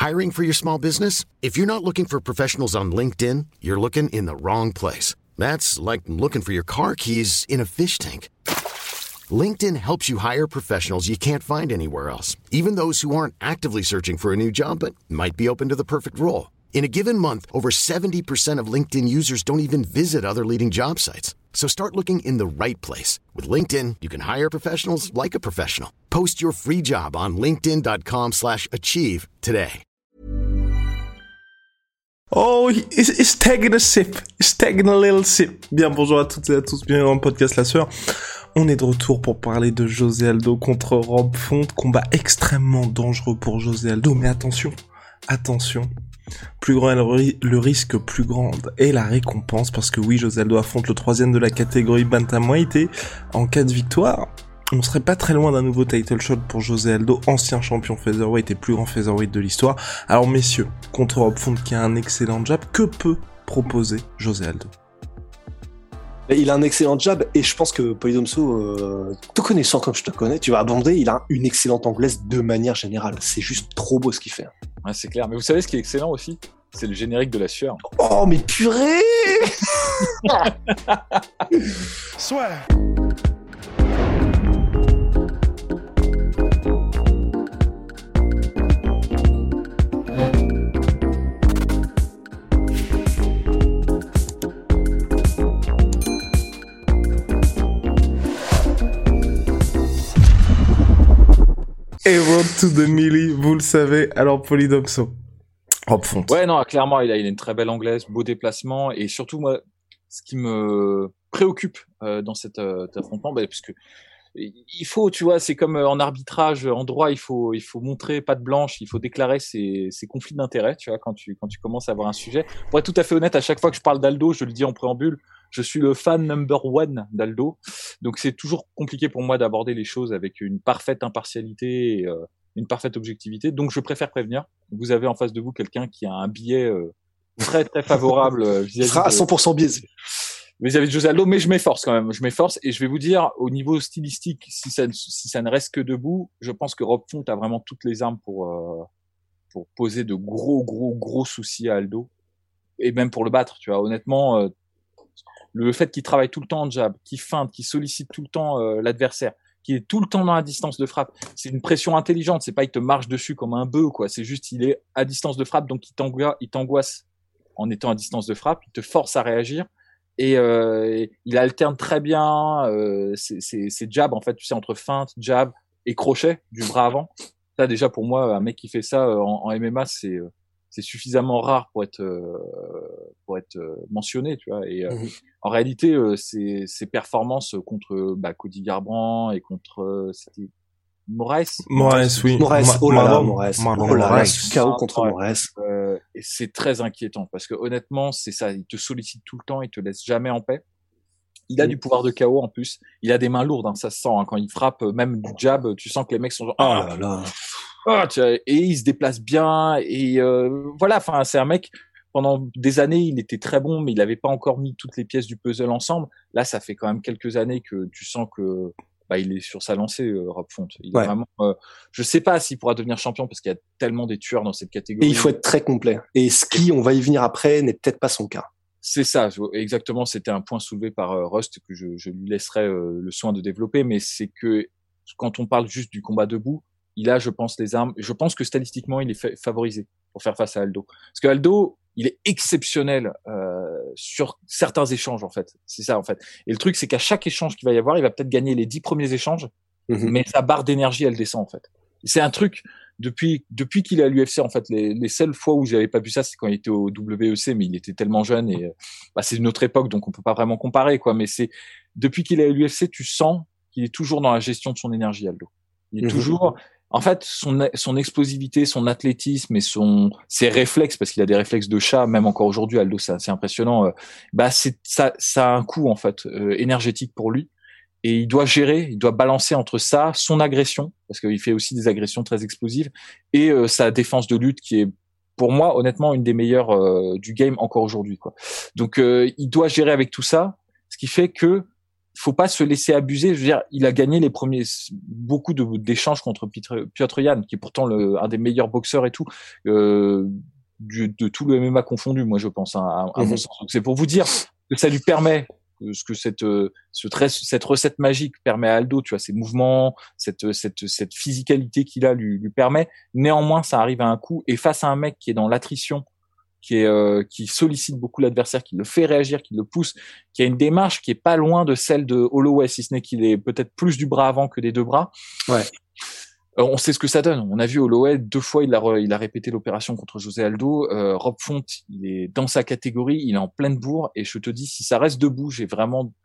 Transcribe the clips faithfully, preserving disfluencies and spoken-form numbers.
Hiring for your small business? If you're not looking for professionals on LinkedIn, you're looking in the wrong place. That's like looking for your car keys in a fish tank. LinkedIn helps you hire professionals you can't find anywhere else, even those who aren't actively searching for a new job but might be open to the perfect role. In a given month, over seventy percent of LinkedIn users don't even visit other leading job sites. So start looking in the right place. With LinkedIn, you can hire professionals like a professional. Post your free job on linkedin.com slash achieve today. Oh, it's, it's taking a sip. It's taking a little sip. Bien, bonjour à toutes et à tous. Bienvenue dans le podcast La Sueur. On est de retour pour parler de José Aldo contre Rob Font. Combat extrêmement dangereux pour José Aldo. Mais attention, attention. Plus grand est le, ri- le risque, plus grande est la récompense. Parce que oui, José Aldo affronte le troisième de la catégorie Bantamweight. Et en cas de victoire, on serait pas très loin d'un nouveau title shot pour José Aldo, ancien champion featherweight et plus grand featherweight de l'histoire. Alors messieurs, contre Rob Font qui a un excellent jab, que peut proposer José Aldo? Il a un excellent jab et je pense que Polydomso, euh, te connaissant comme je te connais, tu vas abonder, il a une excellente anglaise de manière générale. C'est juste trop beau ce qu'il fait. Ouais, c'est clair. Mais vous savez ce qui est excellent aussi? C'est le générique de La Sueur. Oh mais purée. Soit. Et Road to the Millie, vous le savez, alors Polydomso. Rob Font. Ouais, non, clairement, il a, il a une très belle anglaise, beau déplacement, et surtout, moi, ce qui me préoccupe euh, dans cet, euh, cet affrontement, bah, parce que il faut, tu vois, c'est comme en arbitrage, en droit, il faut, il faut montrer patte blanche, il faut déclarer ses, ses conflits d'intérêts, tu vois, quand tu, quand tu commences à avoir un sujet. Pour être tout à fait honnête, à chaque fois que je parle d'Aldo, je le dis en préambule, je suis le fan number one d'Aldo. Donc c'est toujours compliqué pour moi d'aborder les choses avec une parfaite impartialité et euh, une parfaite objectivité. Donc je préfère prévenir. Vous avez en face de vous quelqu'un qui a un biais euh, très très favorable euh, vis-à-vis Il sera à cent pour cent biaisé. vis-à-vis de José Aldo, mais je m'efforce quand même. Je m'efforce et je vais vous dire, au niveau stylistique, si ça, si ça ne reste que debout, je pense que Rob Font a vraiment toutes les armes pour euh, pour poser de gros gros gros soucis à Aldo et même pour le battre. Tu vois, honnêtement. Euh, Le fait qu'il travaille tout le temps en jab, qu'il feinte, qu'il sollicite tout le temps euh, l'adversaire, qu'il est tout le temps dans la distance de frappe, c'est une pression intelligente. C'est pas il te marche dessus comme un bœuf, quoi. C'est juste il est à distance de frappe, donc il t'angoisse, il t'angoisse en étant à distance de frappe. Il te force à réagir et, euh, et il alterne très bien euh, ses, ses, ses jabs en fait, tu sais, entre feinte, jab et crochet du bras avant. Ça déjà pour moi, un mec qui fait ça euh, en, en M M A, c'est euh, c'est suffisamment rare pour être euh, pour être euh, mentionné, tu vois. Et euh, mmh. en réalité, euh, ces ces performances contre bah, Cody Garbrandt et contre euh, c'était Moraes. Moraes, oui. Moraes, oh là là, Moraes. Oh là là, K O contre ouais. Moraes. Euh, et c'est très inquiétant parce que honnêtement, c'est ça. Il te sollicite tout le temps, il te laisse jamais en paix. Il a mmh. du pouvoir de K O en plus. Il a des mains lourdes, hein, ça se sent. Hein, quand il frappe, même du jab, tu sens que les mecs sont genre. Oh là là. Oh, tu vois, et il se déplace bien et euh, voilà. Enfin, c'est un mec. Pendant des années, il était très bon, mais il n'avait pas encore mis toutes les pièces du puzzle ensemble. Là, ça fait quand même quelques années que tu sens que bah, il est sur sa lancée, euh, Rob Font. Il ouais. est vraiment. Euh, je sais pas s'il pourra devenir champion parce qu'il y a tellement des tueurs dans cette catégorie. Et il faut être très complet. Et Ski, on va y venir après, n'est peut-être pas son cas. C'est ça, exactement. C'était un point soulevé par euh, Rust que je, je lui laisserai euh, le soin de développer, mais c'est que quand on parle juste du combat debout, il a, je pense, les armes. Je pense que statistiquement, il est fa- favorisé pour faire face à Aldo. Parce que Aldo, il est exceptionnel euh, sur certains échanges, en fait. C'est ça, en fait. Et le truc, c'est qu'à chaque échange qu'il va y avoir, il va peut-être gagner les dix premiers échanges, mm-hmm. mais sa barre d'énergie, elle descend, en fait. C'est un truc, depuis depuis qu'il est à l'U F C, en fait, les, les seules fois où j'avais pas vu ça, c'est quand il était au W E C, mais il était tellement jeune et bah, c'est une autre époque, donc on peut pas vraiment comparer, quoi. Mais c'est depuis qu'il est à l'U F C, tu sens qu'il est toujours dans la gestion de son énergie, Aldo. Il est mm-hmm. toujours... En fait, son son explosivité, son athlétisme et son ses réflexes, parce qu'il a des réflexes de chat, même encore aujourd'hui, Aldo, c'est assez impressionnant. Euh, bah, c'est ça, ça a un coût en fait euh, énergétique pour lui, et il doit gérer, il doit balancer entre ça, son agression, parce qu'il fait aussi des agressions très explosives, et euh, sa défense de lutte qui est, pour moi, honnêtement, une des meilleures euh, du game encore aujourd'hui, quoi. Donc, euh, il doit gérer avec tout ça, ce qui fait que faut pas se laisser abuser. Je veux dire, il a gagné les premiers beaucoup de d'échanges contre Piotr, Piotr Yan, qui est pourtant le, un des meilleurs boxeurs et tout euh, du, de tout le M M A confondu. Moi, je pense, hein, à, à mmh. mon sens. Donc, c'est pour vous dire que ça lui permet, que, ce que cette ce très, cette recette magique permet à Aldo, tu vois, ses mouvements, cette cette cette physicalité qu'il a lui lui permet. Néanmoins, ça arrive à un coup, et face à un mec qui est dans l'attrition, qui est euh, qui sollicite beaucoup l'adversaire, qui le fait réagir, qui le pousse, qui a une démarche qui est pas loin de celle de Holloway, si ce n'est qu'il est peut-être plus du bras avant que des deux bras. Ouais. Euh, on sait ce que ça donne. On a vu Holloway deux fois, il a re, il a répété l'opération contre José Aldo. Euh, Rob Font, il est dans sa catégorie, il est en pleine bourre, et je te dis, si ça reste debout, j'ai vraiment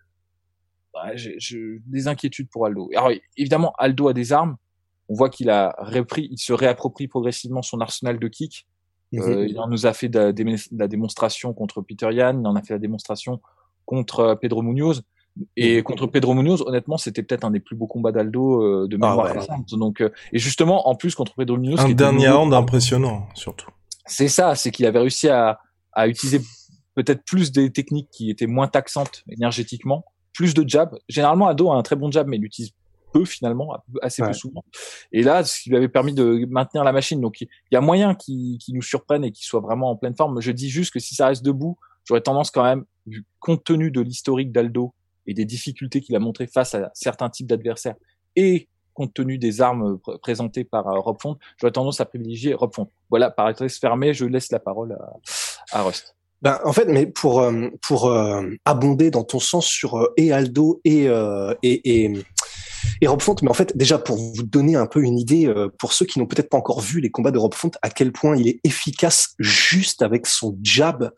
bah, j'ai, j'ai des inquiétudes pour Aldo. Alors évidemment, Aldo a des armes. On voit qu'il a repris, il se réapproprie progressivement son arsenal de kicks. Euh, il en nous a fait de la, de la démonstration contre Peter Yan, il en a fait la démonstration contre Pedro Munoz, et contre Pedro Munoz, honnêtement, c'était peut-être un des plus beaux combats d'Aldo euh, de mémoire ah ouais. récente. Donc, euh, et justement, en plus contre Pedro Munoz, un dernier round impressionnant, surtout. C'est ça, c'est qu'il avait réussi à, à utiliser peut-être plus des techniques qui étaient moins taxantes énergétiquement, plus de jab. Généralement, Aldo a un très bon jab, mais il utilise peu finalement, assez ouais. peu souvent. Et là, ce qui lui avait permis de maintenir la machine. Donc, il y a moyen qu'il, qu'il nous surprenne et qu'il soit vraiment en pleine forme. Je dis juste que si ça reste debout, j'aurais tendance quand même, vu compte tenu de l'historique d'Aldo et des difficultés qu'il a montré face à certains types d'adversaires, et compte tenu des armes pr- présentées par uh, Rob Font, j'aurais tendance à privilégier Rob Font. Voilà, par adresse fermée, je laisse la parole à, à Rust. Ben, en fait, mais pour euh, pour euh, abonder dans ton sens sur euh, et Aldo et euh, et, et Et Rob Font, mais en fait, déjà pour vous donner un peu une idée, euh, pour ceux qui n'ont peut-être pas encore vu les combats de Rob Font, à quel point il est efficace juste avec son jab.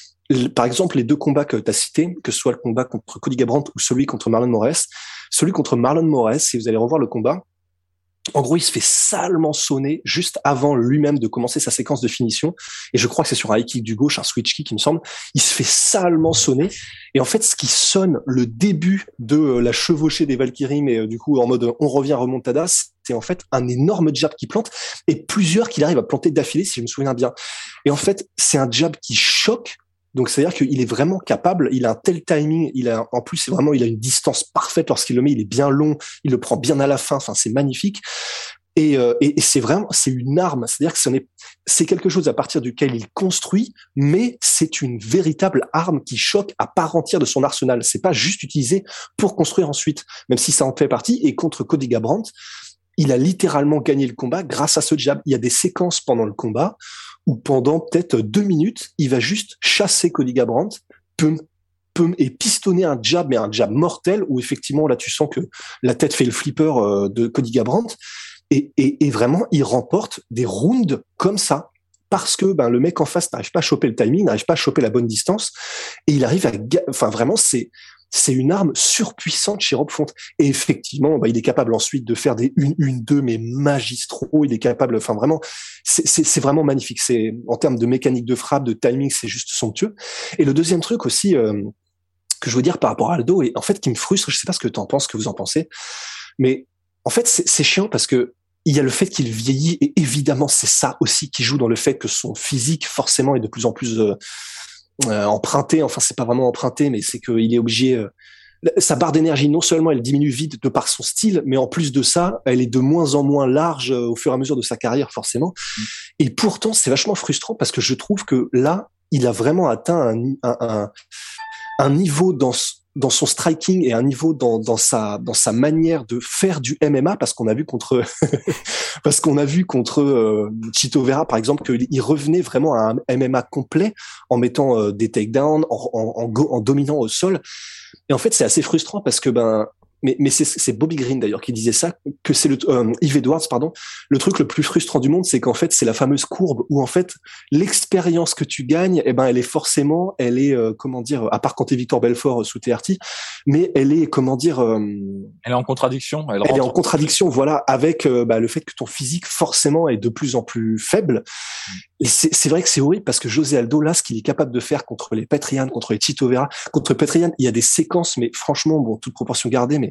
Par exemple, les deux combats que tu as cités, que ce soit le combat contre Cody Garbrandt ou celui contre Marlon Moraes, celui contre Marlon Moraes, si vous allez revoir le combat, en gros, il se fait salement sonner juste avant lui-même de commencer sa séquence de finition. Et je crois que c'est sur un high kick du gauche, un switch kick, il me semble. Il se fait salement sonner. Et en fait, ce qui sonne le début de la chevauchée des Valkyries, mais du coup, en mode on revient remontada, c'est en fait un énorme jab qui plante et plusieurs qu'il arrive à planter d'affilée, si je me souviens bien. Et en fait, c'est un jab qui choque. Donc, c'est-à-dire qu'il est vraiment capable, il a un tel timing, il a, en plus, c'est vraiment, il a une distance parfaite lorsqu'il le met, il est bien long, il le prend bien à la fin, enfin, c'est magnifique. Et, euh, et, et c'est vraiment, c'est une arme, c'est-à-dire que ce n'est, c'est quelque chose à partir duquel il construit, mais c'est une véritable arme qui choque à part entière de son arsenal. C'est pas juste utilisé pour construire ensuite, même si ça en fait partie. Et contre Cody Garbrandt, il a littéralement gagné le combat grâce à ce jab. Il y a des séquences pendant le combat où pendant peut-être deux minutes, il va juste chasser Cody Garbrandt, pum, pum, et pistonner un jab, mais un jab mortel, où effectivement, là, tu sens que la tête fait le flipper euh, de Cody Garbrandt, et, et, et vraiment, il remporte des rounds comme ça, parce que ben, le mec en face n'arrive pas à choper le timing, n'arrive pas à choper la bonne distance, et il arrive à... Ga- enfin, vraiment, c'est... c'est une arme surpuissante chez Rob Font. Et effectivement, bah, il est capable ensuite de faire des une, une, deux, mais magistraux. Il est capable, enfin vraiment, c'est, c'est, c'est vraiment magnifique. C'est, en termes de mécanique de frappe, de timing, c'est juste somptueux. Et le deuxième truc aussi, euh, que je veux dire par rapport à Aldo, et en fait, qui me frustre, je sais pas ce que t'en penses, ce que vous en pensez, mais en fait, c'est, c'est chiant parce que il y a le fait qu'il vieillit, et évidemment, c'est ça aussi qui joue dans le fait que son physique, forcément, est de plus en plus, euh, Euh, emprunté, enfin c'est pas vraiment emprunté, mais c'est qu'il est obligé. Euh, sa barre d'énergie, non seulement elle diminue vite de par son style, mais en plus de ça, elle est de moins en moins large euh, au fur et à mesure de sa carrière, forcément. Mmh. Et pourtant, c'est vachement frustrant parce que je trouve que là, il a vraiment atteint un, un, un, un niveau dans dans son striking et un niveau dans dans sa dans sa manière de faire du M M A, parce qu'on a vu contre parce qu'on a vu contre euh, Chito Vera par exemple qu'il revenait vraiment à un M M A complet en mettant euh, des takedowns, en en, en go, en dominant au sol. Et en fait, c'est assez frustrant parce que ben mais mais c'est c'est Bobby Green d'ailleurs qui disait ça, que c'est le euh, Yves Edwards pardon, le truc le plus frustrant du monde, c'est qu'en fait c'est la fameuse courbe où en fait l'expérience que tu gagnes, eh ben elle est forcément, elle est euh, comment dire, à part quand t'es Victor Belfort euh, sous T R T, mais elle est comment dire, euh, elle est en contradiction, elle, elle est en contradiction, voilà, avec euh, bah, le fait que ton physique forcément est de plus en plus faible. Et c'est c'est vrai que c'est horrible parce que José Aldo là, ce qu'il est capable de faire contre les Petr Yan, contre les Chito Vera, contre Petr Yan, il y a des séquences, mais franchement, bon, toute proportion gardée, mais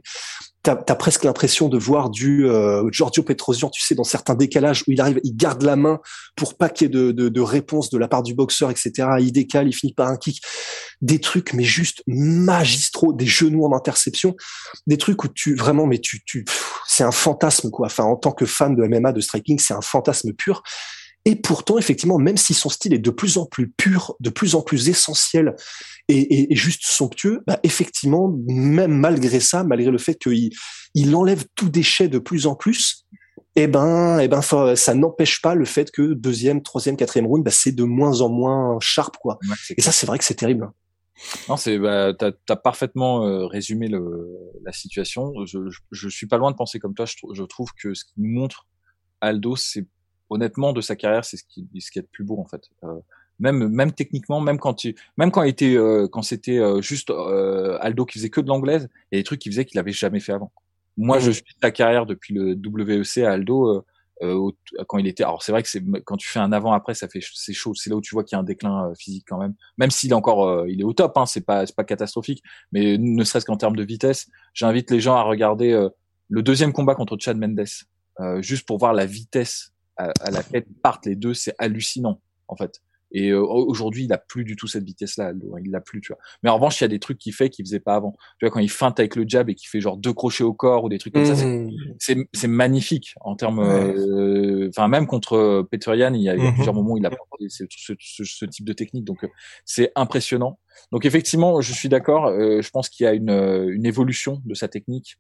t'as, t'as presque l'impression de voir du euh, Giorgio Petrosian, tu sais, dans certains décalages où il arrive, il garde la main pour pas qu'il y ait de, de, de réponse de la part du boxeur, et cetera. Il décale, il finit par un kick. Des trucs, mais juste magistraux, des genoux en interception, des trucs où tu vraiment, mais tu, tu, pff, c'est un fantasme quoi. Enfin, en tant que fan de M M A, de striking, c'est un fantasme pur. Et pourtant, effectivement, même si son style est de plus en plus pur, de plus en plus essentiel et, et, et juste somptueux, bah effectivement, même malgré ça, malgré le fait qu'il il enlève tout déchet de plus en plus, eh ben, eh ben, ça, ça n'empêche pas le fait que deuxième, troisième, quatrième round, bah, c'est de moins en moins sharp, quoi. Ouais, et ça, c'est vrai que c'est terrible. Non, c'est, bah, t'as, t'as parfaitement euh, résumé le, la situation. Je, je, je suis pas loin de penser comme toi. Je, je trouve que ce qui nous montre Aldo, c'est honnêtement de sa carrière, c'est ce qui, ce qui est de plus beau en fait. Euh, même, même techniquement, même quand il, même quand il était, euh, quand c'était euh, juste euh, Aldo qui faisait que de l'anglaise, il y a des trucs qu'il faisait qu'il avait jamais fait avant. Moi, mmh. je suis sa carrière depuis le W E C à Aldo. Euh, euh, quand il était, alors c'est vrai que c'est quand tu fais un avant-après, ça fait c'est chaud. C'est là où tu vois qu'il y a un déclin euh, physique quand même. Même s'il est encore, euh, il est au top, hein, c'est pas c'est pas catastrophique, mais ne serait-ce qu'en termes de vitesse, j'invite les gens à regarder euh, le deuxième combat contre Chad Mendes, euh, juste pour voir la vitesse à, à laquelle partent les deux, c'est hallucinant en fait. Et euh, aujourd'hui, il a plus du tout cette vitesse-là, Aldo. Il l'a plus, tu vois. Mais en revanche, il y a des trucs qu'il fait qu'il faisait pas avant. Tu vois, quand il feinte avec le jab et qu'il fait genre deux crochets au corps ou des trucs comme mmh. ça, c'est, c'est, c'est magnifique en termes. Enfin, euh, même contre Peter-Yan, il y a, il y a mmh. plusieurs moments où il a apporté ce, ce, ce, ce type de technique. Donc, euh, c'est impressionnant. Donc, effectivement, je suis d'accord. Euh, je pense qu'il y a une, une évolution de sa technique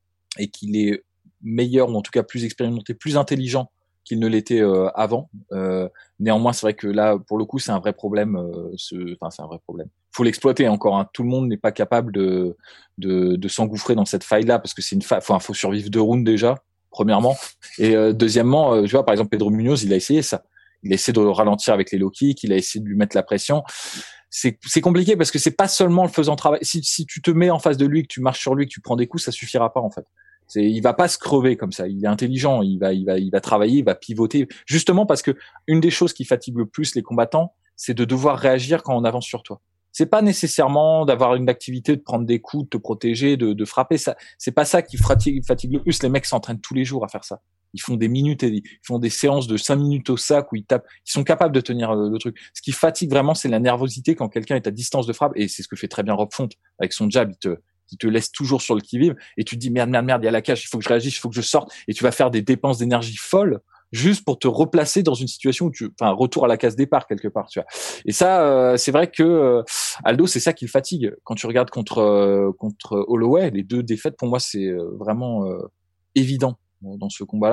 et qu'il est meilleur ou en tout cas plus expérimenté, plus intelligent qu'il ne l'était euh, avant. Euh, néanmoins, c'est vrai que là, pour le coup, c'est un vrai problème. Euh, ce... Enfin, c'est un vrai problème. Faut l'exploiter encore. Hein. Tout le monde n'est pas capable de, de de s'engouffrer dans cette faille-là parce que c'est une faille. Enfin, faut survivre deux rounds déjà, premièrement. Et euh, deuxièmement, euh, tu vois, par exemple, Pedro Munoz, il a essayé ça. Il a essayé de le ralentir avec les low kicks. Il a essayé de lui mettre la pression. C'est c'est compliqué parce que c'est pas seulement le faisant travailler. Si si tu te mets en face de lui, que tu marches sur lui, que tu prends des coups, ça suffira pas en fait. C'est, il va pas se crever comme ça. Il est intelligent. Il va, il va, il va travailler. Il va pivoter. Justement parce que une des choses qui fatigue le plus les combattants, c'est de devoir réagir quand on avance sur toi. C'est pas nécessairement d'avoir une activité, de prendre des coups, de te protéger, de, de frapper. Ça, c'est pas ça qui fatigue, fatigue le plus. Les mecs s'entraînent tous les jours à faire ça. Ils font des minutes et ils font des séances de cinq minutes au sac où ils tapent. Ils sont capables de tenir le, le truc. Ce qui fatigue vraiment, c'est la nervosité quand quelqu'un est à distance de frappe. Et c'est ce que fait très bien Rob Font avec son jab. Il te qui te laisse toujours sur le qui-vive et tu te dis merde, merde, merde, il y a la cage, il faut que je réagisse, il faut que je sorte et tu vas faire des dépenses d'énergie folles juste pour te replacer dans une situation où tu, enfin, retour à la case départ quelque part, tu vois. Et ça, euh, c'est vrai que euh, Aldo, c'est ça qui le fatigue. Quand tu regardes contre euh, contre Holloway, les deux défaites pour moi, c'est euh, vraiment euh, évident dans ce combat-là.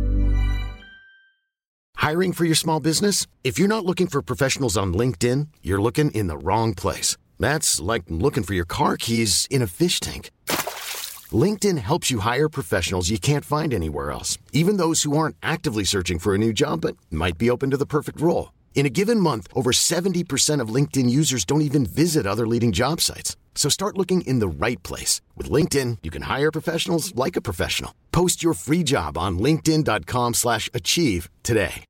Hiring for your small business? If you're not looking for professionals on LinkedIn, you're looking in the wrong place. That's like looking for your car keys in a fish tank. LinkedIn helps you hire professionals you can't find anywhere else, even those who aren't actively searching for a new job but might be open to the perfect role. In a given month, over seventy percent of LinkedIn users don't even visit other leading job sites. So start looking in the right place. With LinkedIn, you can hire professionals like a professional. Post your free job on linkedin.com slash achieve today.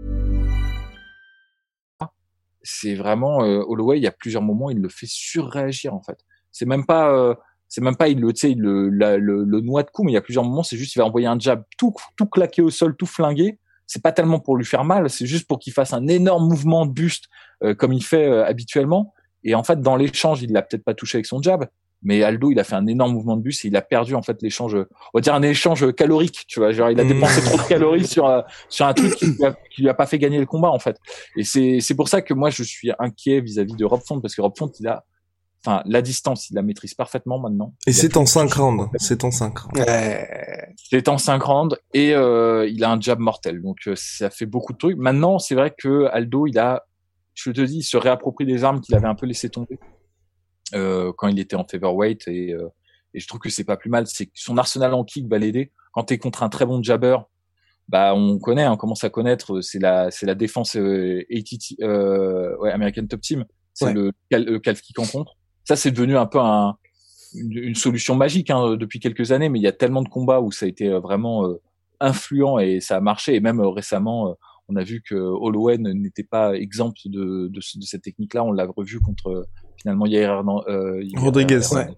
C'est vraiment euh, Holloway, il y a plusieurs moments, il le fait surréagir en fait. C'est même pas, euh, c'est même pas il le, tu sais, il le, la, le, le noie de coup, mais il y a plusieurs moments, c'est juste il va envoyer un jab tout, tout claqué au sol, tout flingué. C'est pas tellement pour lui faire mal, c'est juste pour qu'il fasse un énorme mouvement de buste euh, comme il fait euh, habituellement. Et en fait, dans l'échange, il l'a peut-être pas touché avec son jab, mais Aldo, il a fait un énorme mouvement de buste et il a perdu en fait l'échange. On va dire un échange calorique, tu vois. Genre, il a dépensé trop de calories sur euh, sur un truc qui lui, a, qui lui a pas fait gagner le combat en fait. Et c'est c'est pour ça que moi je suis inquiet vis-à-vis de Rob Font parce que Rob Font, il a, enfin, la distance, il la maîtrise parfaitement maintenant. Et c'est en cinq rounds. C'est en cinq rounds. Ouais. C'est en cinq rounds et euh, il a un jab mortel. Donc euh, ça fait beaucoup de trucs. Maintenant, c'est vrai que Aldo, il a, je te dis, il se réapproprie des armes qu'il avait un peu laissé tomber. Euh, quand il était en featherweight et, euh, et je trouve que c'est pas plus mal. C'est que son arsenal en kick va l'aider. Quand t'es contre un très bon jabber, bah on connaît, on commence à connaître. C'est la, c'est la défense euh, A T T, euh, ouais, American Top Team. C'est ouais. le, le calf kick en contre. Ça c'est devenu un peu un, une, une solution magique hein, depuis quelques années. Mais il y a tellement de combats où ça a été vraiment euh, influent et ça a marché. Et même euh, récemment, euh, on a vu que Holloway n'était pas exempt de, de, de cette technique-là. On l'a revu contre finalement Yair euh, Rodriguez. Euh, ouais.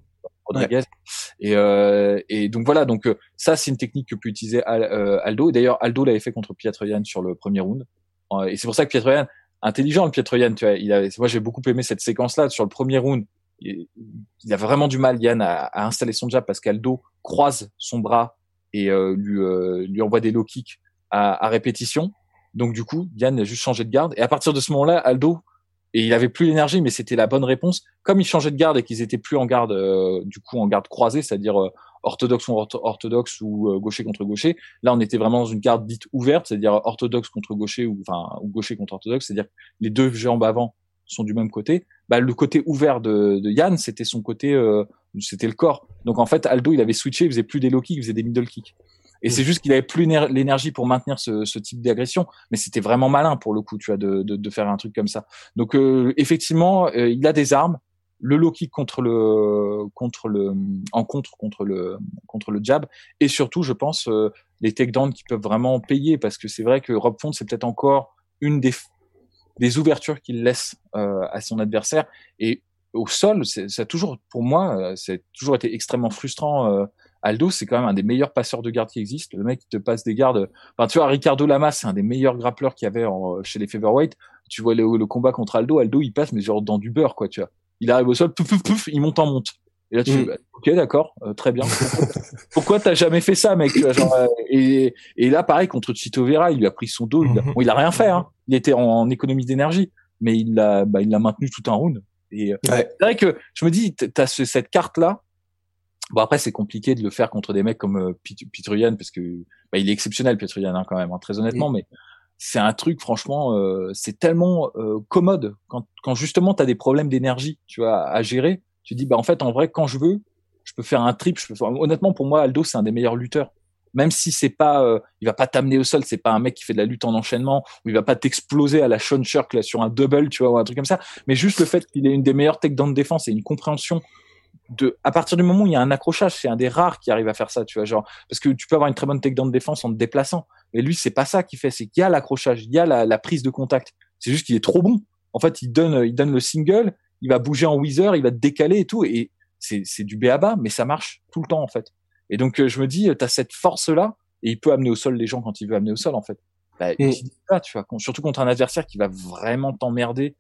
Rodriguez. Ouais. Et, euh, et donc voilà, donc euh, ça c'est une technique que peut utiliser Al, euh, Aldo. Et d'ailleurs Aldo l'avait fait contre Petr Yan sur le premier round. Euh, et c'est pour ça que Petr Yan, intelligent le Petr Yan, tu vois, il avait, moi j'ai beaucoup aimé cette séquence-là sur le premier round. Il, il a vraiment du mal Yan à, à installer son jab parce qu'Aldo croise son bras et euh, lui euh, lui envoie des low kicks à, à répétition. Donc du coup Yan a juste changé de garde. Et à partir de ce moment-là, Aldo et il avait plus l'énergie, mais c'était la bonne réponse. Comme ils changeaient de garde et qu'ils étaient plus en garde, euh, du coup en garde croisée, c'est-à-dire euh, orthodoxe contre orthodoxe ou euh, gaucher contre gaucher. Là, on était vraiment dans une garde dite ouverte, c'est-à-dire orthodoxe contre gaucher ou enfin ou gaucher contre orthodoxe, c'est-à-dire que les deux jambes avant sont du même côté. Bah le côté ouvert de, de Yan, c'était son côté, euh, c'était le corps. Donc en fait, Aldo, il avait switché, il faisait plus des low kicks, il faisait des middle kicks. Et c'est juste qu'il avait plus l'énergie pour maintenir ce, ce type d'agression, mais c'était vraiment malin pour le coup, tu vois, de, de, de faire un truc comme ça. Donc euh, effectivement, euh, il a des armes. Le low kick contre le contre le en contre contre le contre le jab, et surtout, je pense euh, les takedowns qui peuvent vraiment payer, parce que c'est vrai que Rob Font, c'est peut-être encore une des des ouvertures qu'il laisse euh, à son adversaire. Et au sol, c'est, ça a toujours, pour moi, c'est toujours été extrêmement frustrant. Euh, Aldo, c'est quand même un des meilleurs passeurs de garde qui existe. Le mec qui te passe des gardes. Enfin, tu vois, Ricardo Lamas, c'est un des meilleurs grappleurs qu'il y avait en, chez les featherweight. Tu vois le, le combat contre Aldo, Aldo, il passe, mais genre dans du beurre, quoi, tu vois. Il arrive au sol, pouf, pouf, pouf, il monte en monte. Et là, tu mm. fais, ok, d'accord, euh, très bien. Pourquoi t'as jamais fait ça, mec, tu vois, genre, euh, et, et là, pareil, contre Chito Vera, il lui a pris son dos. Il a, bon, il a rien fait, hein. Il était en, en économie d'énergie, mais il l'a, bah, il l'a maintenu tout un round. Et ouais. C'est vrai que je me dis, t'as ce, cette carte-là. Bon, après, c'est compliqué de le faire contre des mecs comme euh, Petr Yan, parce que bah, il est exceptionnel, Petr Yan, hein, quand même, hein, très honnêtement, mm. mais c'est un truc, franchement, euh, c'est tellement euh, commode quand, quand justement t'as des problèmes d'énergie, tu vois, à gérer. Tu dis, bah en fait, en vrai, quand je veux, je peux faire un trip. Je peux faire... Honnêtement, pour moi, Aldo, c'est un des meilleurs lutteurs. Même si c'est pas, euh, il va pas t'amener au sol, c'est pas un mec qui fait de la lutte en enchaînement, ou il va pas t'exploser à la Sean Sherk là sur un double, tu vois, ou un truc comme ça. Mais juste le fait qu'il ait une des meilleures takedowns de défense et une compréhension de, à partir du moment où il y a un accrochage, c'est un des rares qui arrive à faire ça, tu vois, genre, parce que tu peux avoir une très bonne takedown de défense en te déplaçant, mais lui, c'est pas ça qu'il fait, c'est qu'il y a l'accrochage, il y a la, la prise de contact. C'est juste qu'il est trop bon. En fait, il donne, il donne le single, il va bouger en whizzer, il va te décaler et tout, et c'est, c'est du b a ba, mais ça marche tout le temps, en fait. Et donc, je me dis, t'as cette force-là, et il peut amener au sol les gens quand il veut amener au sol, en fait. Bah, mm. utilise ça, tu vois, surtout contre un adversaire qui va vraiment t'emmerder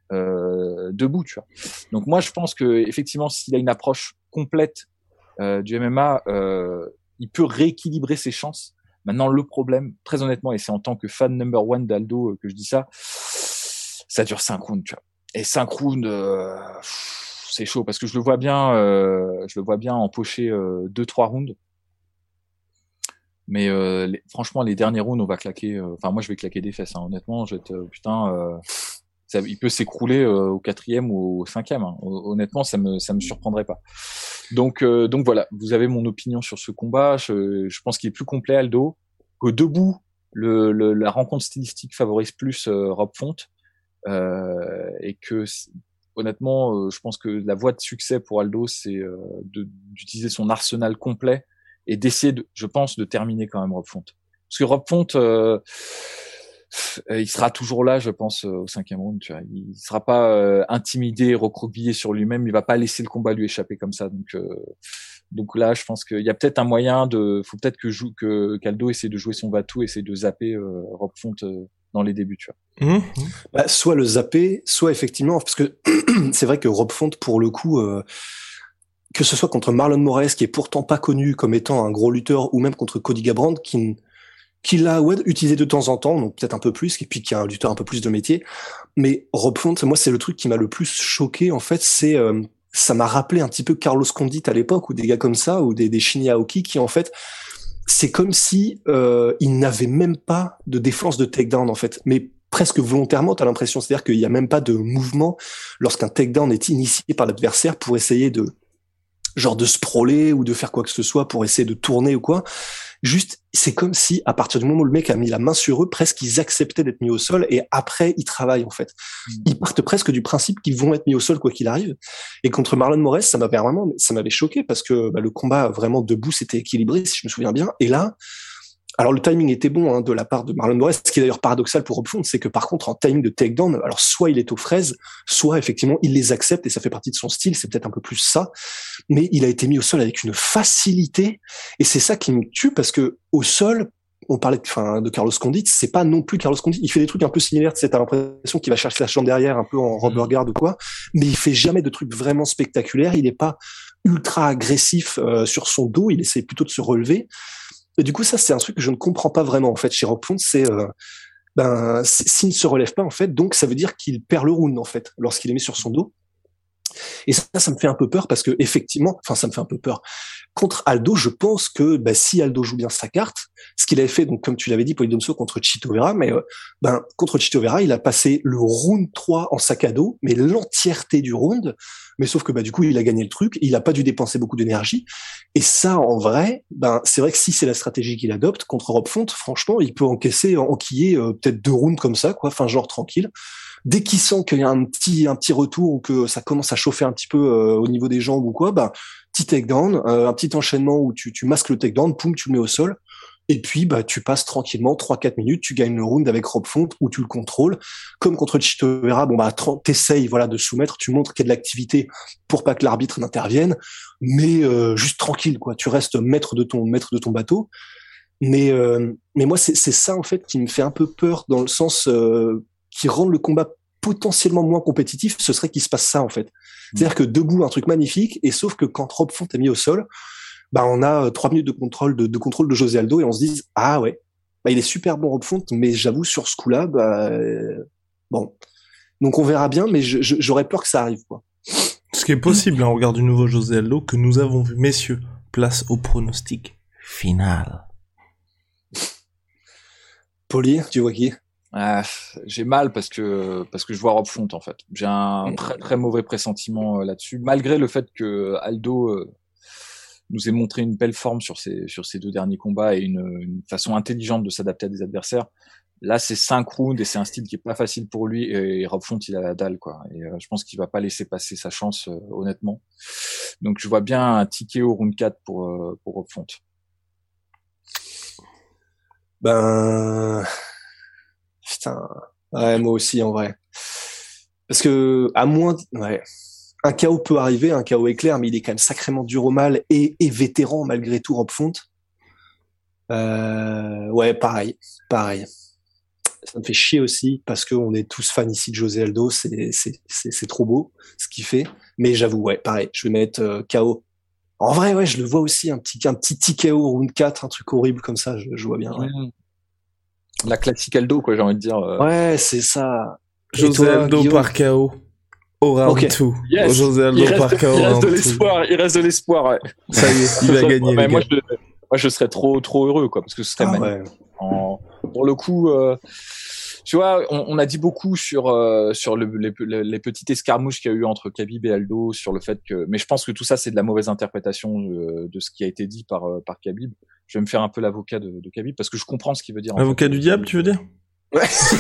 euh, debout, tu vois. Donc moi, je pense que effectivement, s'il a une approche complète euh, du M M A, euh, il peut rééquilibrer ses chances. Maintenant, le problème, très honnêtement, et c'est en tant que fan number one d'Aldo euh, que je dis ça, ça dure cinq rounds, tu vois. Et cinq rounds, euh, c'est chaud parce que je le vois bien, euh, je le vois bien empocher euh, deux, trois rounds. Mais euh, les, franchement, les derniers rounds, on va claquer. Enfin, euh, moi, je vais claquer des fesses. Hein, honnêtement, je vais être euh, putain. Euh, ça, il peut s'écrouler euh, au quatrième ou au cinquième. Hein. Honnêtement, ça me ça me surprendrait pas. Donc euh, donc voilà, vous avez mon opinion sur ce combat. Je, je pense qu'il est plus complet, Aldo. Que debout, le, le la rencontre stylistique favorise plus euh, Rob Font. Euh, et que honnêtement, euh, je pense que la voie de succès pour Aldo, c'est euh, de, d'utiliser son arsenal complet et d'essayer, de, je pense, de terminer quand même Rob Font. Parce que Rob Font, euh, il sera toujours là, je pense, au cinquième round. Tu vois, il sera pas euh, intimidé, recroquevillé sur lui-même. Il va pas laisser le combat lui échapper comme ça. Donc, euh, donc là, je pense qu'il y a peut-être un moyen de, faut peut-être que joue, que qu'Aldo essaie de jouer son va-tout, essaie de zapper euh, Rob Font euh, dans les débuts, tu vois. Mmh. Bah, soit le zapper, soit effectivement, parce que c'est vrai que Rob Font, pour le coup, euh, que ce soit contre Marlon Moraes, qui est pourtant pas connu comme étant un gros lutteur, ou même contre Cody Garbrandt, qui qui l'a ouais, utilisé de temps en temps, donc peut-être un peu plus, et puis qui a un lutteur un peu plus de métier. Mais Rob Font, moi, c'est le truc qui m'a le plus choqué, en fait, c'est euh, ça m'a rappelé un petit peu Carlos Condit à l'époque, ou des gars comme ça, ou des, des Shinya Aoki, qui en fait, c'est comme si euh, ils n'avaient même pas de défense de takedown, en fait, mais presque volontairement, t'as l'impression, c'est-à-dire qu'il y a même pas de mouvement lorsqu'un takedown est initié par l'adversaire pour essayer de genre de sprawler ou de faire quoi que ce soit pour essayer de tourner ou quoi. Juste, c'est comme si, à partir du moment où le mec a mis la main sur eux, presque ils acceptaient d'être mis au sol et après, ils travaillent, en fait. Ils partent presque du principe qu'ils vont être mis au sol quoi qu'il arrive. Et contre Marlon Moraes, ça m'avait vraiment, ça m'avait choqué parce que bah, le combat vraiment debout, c'était équilibré, si je me souviens bien. Et là, alors le timing était bon hein, de la part de Marlon Moraes. Ce qui est d'ailleurs paradoxal pour Rob Font, c'est que par contre en timing de takedown, alors soit il est aux fraises, soit effectivement il les accepte et ça fait partie de son style. C'est peut-être un peu plus ça, mais il a été mis au sol avec une facilité et c'est ça qui me tue parce que au sol, on parlait de, enfin, de Carlos Condit, c'est pas non plus Carlos Condit. Il fait des trucs un peu similaires. Tu sais, t'as l'impression qu'il va chercher la jambe derrière, un peu en rubber guard ou quoi, mais il fait jamais de trucs vraiment spectaculaires. Il est pas ultra agressif euh, sur son dos. Il essaie plutôt de se relever. Et du coup, ça, c'est un truc que je ne comprends pas vraiment, en fait, chez Rob Font, c'est, euh, ben, s'il ne se relève pas, en fait, donc ça veut dire qu'il perd le round, en fait, lorsqu'il est mis sur son dos. Et ça, ça me fait un peu peur parce que, effectivement, enfin, ça me fait un peu peur. Contre Aldo, je pense que, ben, si Aldo joue bien sa carte, ce qu'il avait fait, donc, comme tu l'avais dit, Polydomso contre Chito Vera, mais, euh, ben, contre Chito Vera, il a passé le round trois en sac à dos, mais l'entièreté du round. Mais sauf que, bah, du coup, il a gagné le truc, il a pas dû dépenser beaucoup d'énergie. Et ça, en vrai, ben, c'est vrai que si c'est la stratégie qu'il adopte contre Rob Font, franchement, il peut encaisser, enquiller, euh, peut-être deux rounds comme ça, quoi, enfin, genre tranquille. Dès qu'il sent qu'il y a un petit, un petit retour ou que ça commence à chauffer un petit peu euh, au niveau des jambes ou quoi, ben, petit takedown, euh, un petit enchaînement où tu, tu masques le takedown, poum, tu le mets au sol. Et puis, bah, tu passes tranquillement trois quatre minutes, tu gagnes le round avec Rob Font où tu le contrôles. Comme contre Chito Vera, bon, bah, t'essayes, voilà, de soumettre, tu montres qu'il y a de l'activité pour pas que l'arbitre n'intervienne, mais, euh, juste tranquille, quoi. Tu restes maître de ton, maître de ton bateau. Mais, euh, mais moi, c'est, c'est ça, en fait, qui me fait un peu peur dans le sens, euh, qui rend le combat potentiellement moins compétitif, ce serait qu'il se passe ça, en fait. C'est-à-dire que debout, un truc magnifique, et sauf que quand Rob Font est mis au sol, bah, on a trois minutes de contrôle de, de contrôle de José Aldo et on se dit ah ouais, bah, il est super bon Rob Font, mais j'avoue sur ce coup-là, bah, euh, bon, donc on verra bien, mais je, je, j'aurais peur que ça arrive quoi. Ce qui est possible, hein, on regarde du nouveau José Aldo que nous avons vu, messieurs. Place au pronostic final. Poli, tu vois qui? Ah, j'ai mal parce que parce que je vois Rob Font en fait. J'ai un très très mauvais pressentiment euh, là-dessus, malgré le fait que Aldo euh, nous ait montré une belle forme sur ces sur ces deux derniers combats et une, une façon intelligente de s'adapter à des adversaires. Là, c'est cinq rounds et c'est un style qui est pas facile pour lui et, et Rob Font, il a la dalle quoi. Et euh, je pense qu'il va pas laisser passer sa chance euh, honnêtement. Donc je vois bien un ticket au round quatre pour euh, pour Rob Font. Ben putain, ouais moi aussi en vrai, parce que à moins, ouais. Un K O peut arriver, un K O éclair, mais il est quand même sacrément dur au mal et, et vétéran malgré tout, Rob Font. Euh, ouais, pareil, pareil. Ça me fait chier aussi parce qu'on est tous fans ici de José Aldo, c'est c'est c'est c'est trop beau ce qu'il fait. Mais j'avoue, ouais, pareil, je vais mettre euh, K O. En vrai, ouais, je le vois aussi un petit un petit T K O round quatre, un truc horrible comme ça, je, je vois bien. Ouais. La classique Aldo, quoi, j'ai envie de dire. Euh... Ouais, c'est ça. José Aldo Guillaume par K O. Au round okay. two. Yes. José Aldo il reste, par K O. Il reste de l'espoir, il reste de l'espoir, ouais. Ça y est, il va gagner. Ouais, moi, je, moi, je serais trop, trop heureux, quoi, parce que ce serait ah, magnifique. Ouais. En, pour le coup, euh, tu vois, on, on a dit beaucoup sur, euh, sur le, les, les petites escarmouches qu'il y a eu entre Khabib et Aldo, sur le fait que, mais je pense que tout ça, c'est de la mauvaise interprétation de, de ce qui a été dit par, par Khabib. Je vais me faire un peu l'avocat de, de Khabib parce que je comprends ce qu'il veut dire. L'avocat du diable, tu veux dire? Ouais.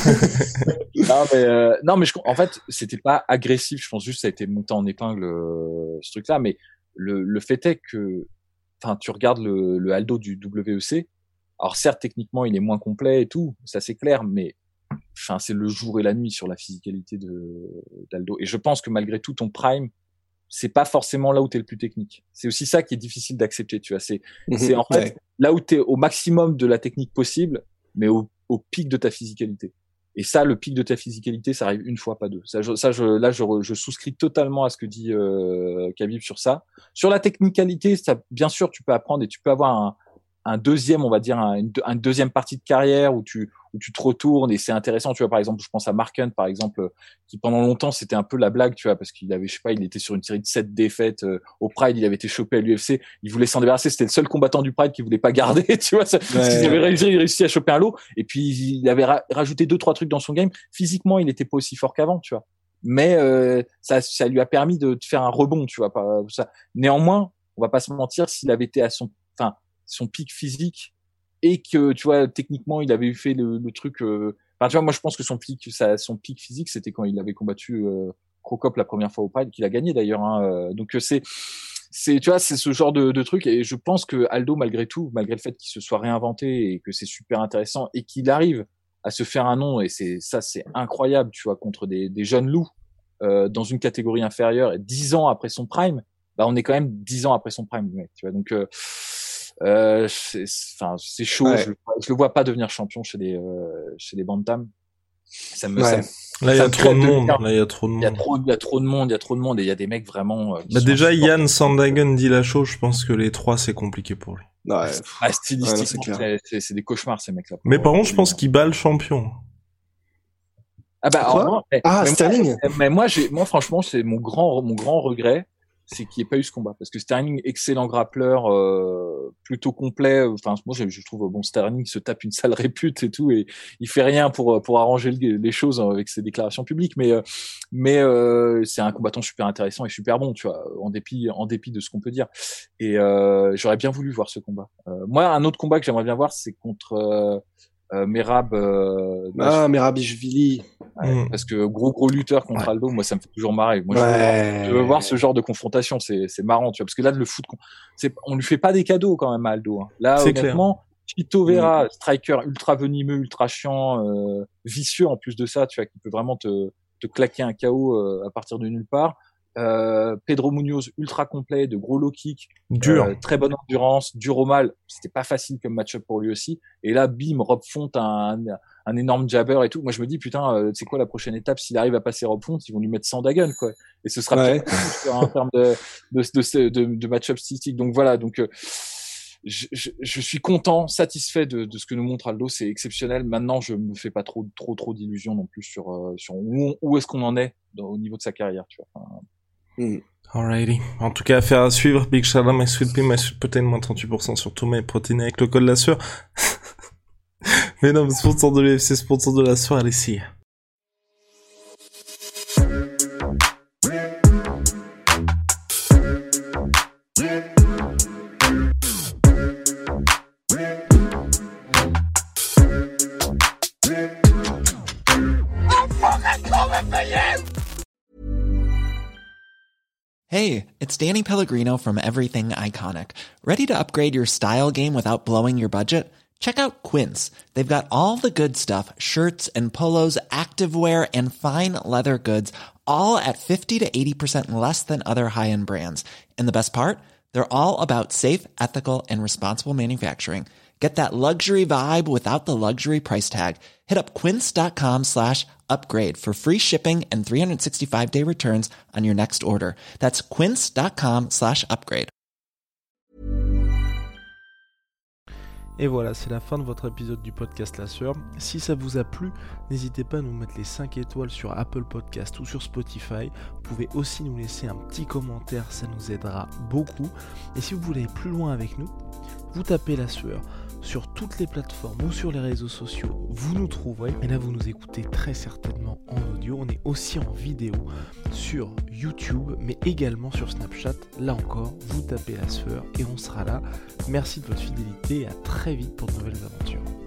non mais euh, non mais je, en fait c'était pas agressif, je pense juste que ça a été monté en épingle euh, ce truc là, mais le le fait est que enfin tu regardes le, le Aldo du W E C, alors certes techniquement il est moins complet et tout, ça c'est clair, mais enfin c'est le jour et la nuit sur la physicalité de d'Aldo, et je pense que malgré tout ton prime c'est pas forcément là où t'es le plus technique. C'est aussi ça qui est difficile d'accepter, tu vois, c'est mmh, c'est en fait ouais. Là où t'es au maximum de la technique possible, mais au au pic de ta physicalité. Et ça, le pic de ta physicalité, ça arrive une fois, pas deux. Ça, je, ça, je, là, je, je souscris totalement à ce que dit euh, Khabib sur ça. Sur la technicalité, ça, bien sûr, tu peux apprendre et tu peux avoir un, un deuxième, on va dire, un, une, une deuxième partie de carrière où tu, où tu te retournes et c'est intéressant. Tu vois, par exemple, je pense à Mark Hunt, par exemple, qui pendant longtemps, c'était un peu la blague, tu vois, parce qu'il avait, je sais pas, il était sur une série de sept défaites euh, au Pride, il avait été chopé à l'U F C, il voulait s'en débarrasser, c'était le seul combattant du Pride qu'il voulait pas garder, tu vois, ça, ouais, parce qu'il avait réussi, il réussi à choper un lot, et puis il avait ra- rajouté deux, trois trucs dans son game. Physiquement, il était pas aussi fort qu'avant, tu vois. Mais euh, ça, ça lui a permis de, de faire un rebond, tu vois. Pas, ça. Néanmoins, on va pas se mentir, s'il avait été à son, enfin, son pic physique et que tu vois techniquement il avait fait le, le truc. Euh, enfin, tu vois, moi je pense que son pic, ça, son pic physique, c'était quand il avait combattu euh, Crocop la première fois au Pride, qu'il a gagné d'ailleurs. Hein, euh, donc c'est c'est, tu vois, c'est ce genre de, de truc. Et je pense que Aldo, malgré tout, malgré le fait qu'il se soit réinventé et que c'est super intéressant et qu'il arrive à se faire un nom, et c'est ça, c'est incroyable, tu vois, contre des, des jeunes loups euh, dans une catégorie inférieure, et dix ans après son prime, bah on est quand même dix ans après son prime, mec, tu vois. Donc, euh, euh, c'est, enfin, c'est chaud. Ouais. Je, je le vois pas devenir champion chez les euh, chez les bantams. Ça me, Ouais. ça me Là, il y ça a me trop de crève de monde. bien. Là, il y a trop de Il y a monde. trop, il y a trop de monde, il y a trop de monde, et il y a des mecs vraiment. Euh, qui Bah, sont déjà, insupportables. Yann Sandhagen dit la chose, je pense que les trois, c'est compliqué pour lui. Ouais. Ah, Ouais, stylistiquement, non, c'est clair. c'est, c'est, c'est des cauchemars, ces mecs-là. Mais par contre, je pense qu'il bat le champion. Ah bah, Quoi en vrai, mais, Ah, mais Sterling. Moi, mais moi, j'ai, moi, franchement, c'est mon grand, mon grand regret, c'est qu'il n'y ait pas eu ce combat, parce que Sterling, excellent grappleur, euh, plutôt complet. Enfin, moi, je, je trouve bon, Sterling se tape une sale répute et tout, et il fait rien pour pour arranger le, les choses avec ses déclarations publiques, mais mais euh, c'est un combattant super intéressant et super bon, tu vois, en dépit en dépit de ce qu'on peut dire. Et euh, j'aurais bien voulu voir ce combat. Euh, moi, un autre combat que j'aimerais bien voir, c'est contre euh, Euh, Merab, euh, Ah, Merabishvili. ouais, Mm. parce que gros gros lutteur contre Ouais. Aldo, moi ça me fait toujours marrer. Moi je, Ouais. veux voir, je veux voir ce genre de confrontation, c'est c'est marrant, tu vois, parce que là le foot, c'est on lui fait pas des cadeaux quand même à Aldo. Hein. Là C'est honnêtement, Chito Vera, striker ultra venimeux, ultra chiant, euh, vicieux en plus de ça, tu vois, qui peut vraiment te te claquer un K O euh, à partir de nulle part. Euh, Pedro Munoz, ultra complet, de gros low kick, Dur. euh, très bonne endurance, dur au mal. C'était pas facile comme match-up pour lui aussi. Et là, bim, Rob Font, un, un énorme jabber et tout. Moi, je me dis, putain, euh, c'est quoi la prochaine étape? S'il arrive à passer Rob Font, ils vont lui mettre Sandhagen, quoi. Et ce sera Ouais. peut-être en termes de, de, de, de, de match-up stylistique. Donc voilà, donc euh, je, je, je suis content, satisfait de, de ce que nous montre Aldo. C'est exceptionnel. Maintenant, je me fais pas trop, trop, trop d'illusions non plus sur, euh, sur où, où est-ce qu'on en est dans, au niveau de sa carrière, tu vois. Enfin, Mm. Alrighty. En tout cas, affaire à suivre. Big shout out, my sweet pea, my sweet protein, moins trente-huit pour cent sur tous mes protéines avec le code la sueur. Mais non, sponsor de l'U F C, sponsor de la sueur, allez, si. Hey, it's Danny Pellegrino from Everything Iconic. Ready to upgrade your style game without blowing your budget? Check out Quince. They've got all the good stuff, shirts and polos, activewear, and fine leather goods, all at fifty to eighty percent less than other high-end brands. And the best part? They're all about safe, ethical, and responsible manufacturing. Get that luxury vibe without the luxury price tag. Hit up quince.com slash upgrade for free shipping and three sixty-five day returns on your next order. That's quince.com slash upgrade. Et voilà, c'est la fin de votre épisode du podcast La Sueur. Si ça vous a plu, n'hésitez pas à nous mettre les cinq étoiles sur Apple Podcast ou sur Spotify. Vous pouvez aussi nous laisser un petit commentaire, ça nous aidera beaucoup. Et si vous voulez aller plus loin avec nous, vous tapez La Sueur sur toutes les plateformes ou sur les réseaux sociaux, vous nous trouverez. Et là, vous nous écoutez très certainement en audio. On est aussi en vidéo sur YouTube, mais également sur Snapchat. Là encore, vous tapez La Sueur et on sera là. Merci de votre fidélité et à très vite pour de nouvelles aventures.